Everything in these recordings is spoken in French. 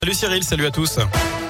Salut Cyril, salut à tous.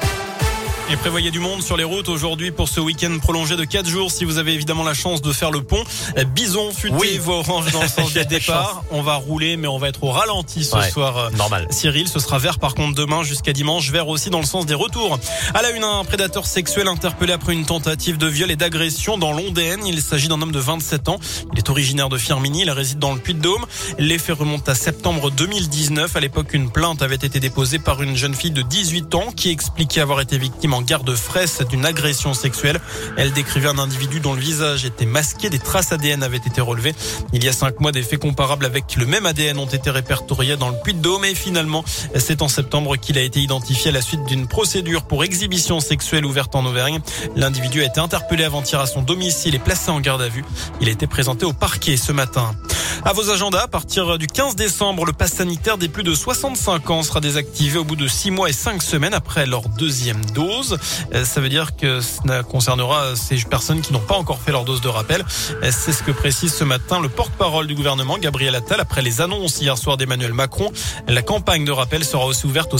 Et prévoyez du monde sur les routes aujourd'hui pour ce week-end prolongé de 4 jours. Si vous avez évidemment la chance de faire le pont, bison futé, voie orange dans le sens des départs. On va rouler, mais on va être au ralenti ce soir. Normal. Cyril, ce sera vert par contre demain jusqu'à dimanche. Vert aussi dans le sens des retours. À la une, un prédateur sexuel interpellé après une tentative de viol et d'agression dans l'Ondéenne. Il s'agit d'un homme de 27 ans. Il est originaire de Firminy. Il réside dans le Puy-de-Dôme. Les faits remontent à septembre 2019. À l'époque, une plainte avait été déposée par une jeune fille de 18 ans qui expliquait avoir été victime en garde fraîche d'une agression sexuelle. Elle décrivait un individu dont le visage était masqué. Des traces ADN avaient été relevées. Il y a 5 mois, des faits comparables avec le même ADN ont été répertoriés dans le Puy-de-Dôme et finalement, c'est en septembre qu'il a été identifié à la suite d'une procédure pour exhibition sexuelle ouverte en Auvergne. L'individu a été interpellé avant-hier à son domicile et placé en garde à vue. Il a été présenté au parquet ce matin. À vos agendas, à partir du 15 décembre, le pass sanitaire des plus de 65 ans sera désactivé au bout de 6 mois et 5 semaines après leur deuxième dose. Ça veut dire que cela concernera ces personnes qui n'ont pas encore fait leur dose de rappel. C'est ce que précise ce matin le porte-parole du gouvernement, Gabriel Attal, après les annonces hier soir d'Emmanuel Macron. La campagne de rappel sera aussi ouverte aux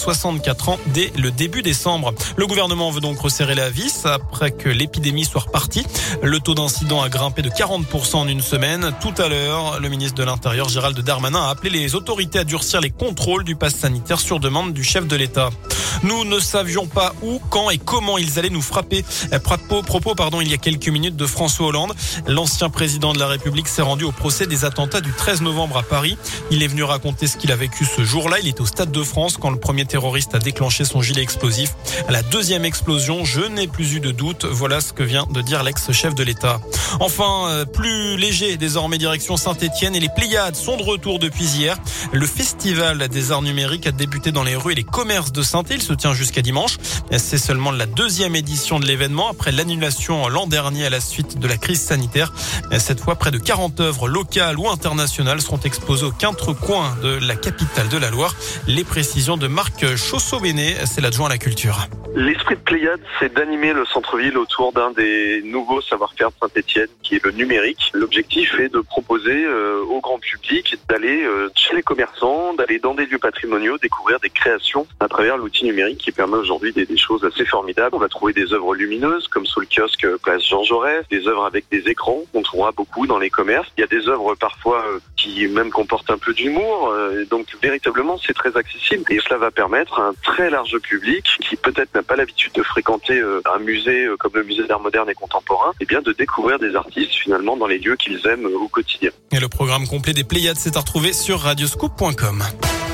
50-64 ans dès le début décembre. Le gouvernement veut donc resserrer la vis après que l'épidémie soit repartie. Le taux d'incident a grimpé de 40% en une semaine. Tout à l'heure, le ministre de l'Intérieur, Gérald Darmanin, a appelé les autorités à durcir les contrôles du pass sanitaire sur demande du chef de l'État. Nous ne savions pas où, quand et comment ils allaient nous frapper. Propos, il y a quelques minutes de François Hollande. L'ancien président de la République s'est rendu au procès des attentats du 13 novembre à Paris. Il est venu raconter ce qu'il a vécu ce jour-là. Il est au Stade de France quand le premier terroriste a déclenché son gilet explosif. À la deuxième explosion, je n'ai plus eu de doute. Voilà ce que vient de dire l'ex-chef de l'État. Enfin, plus léger, désormais direction Saint-Étienne et les Pléiades sont de retour depuis hier. Le festival des arts numériques a débuté dans les rues et les commerces de Saint-Étienne. Il se tient jusqu'à dimanche. C'est seulement la deuxième édition de l'événement après l'annulation l'an dernier à la suite de la crise sanitaire. Cette fois, près de 40 œuvres locales ou internationales seront exposées aux 4 coins de la capitale de la Loire. Les précisions de Marc Chaussot-Bénet, c'est l'adjoint à la culture. L'esprit de Pléiade, c'est d'animer le centre-ville autour d'un des nouveaux savoir-faire de Saint-Étienne, qui est le numérique. L'objectif est de proposer au grand public d'aller chez les commerçants, d'aller dans des lieux patrimoniaux, découvrir des créations à travers l'outil numérique qui permet aujourd'hui des choses assez formidables. On va trouver des œuvres lumineuses, comme sous le kiosque place Jean Jaurès, des œuvres avec des écrans, on trouvera beaucoup dans les commerces. Il y a des œuvres parfois qui même comportent un peu d'humour, donc véritablement c'est très accessible et cela va permettre à un très large public qui peut-être n'a pas l'habitude de fréquenter un musée comme le musée d'art moderne et contemporain, et bien de découvrir des artistes finalement dans les lieux qu'ils aiment au quotidien. Et le programme complet des Pléiades, c'est à retrouver sur radioscoop.com.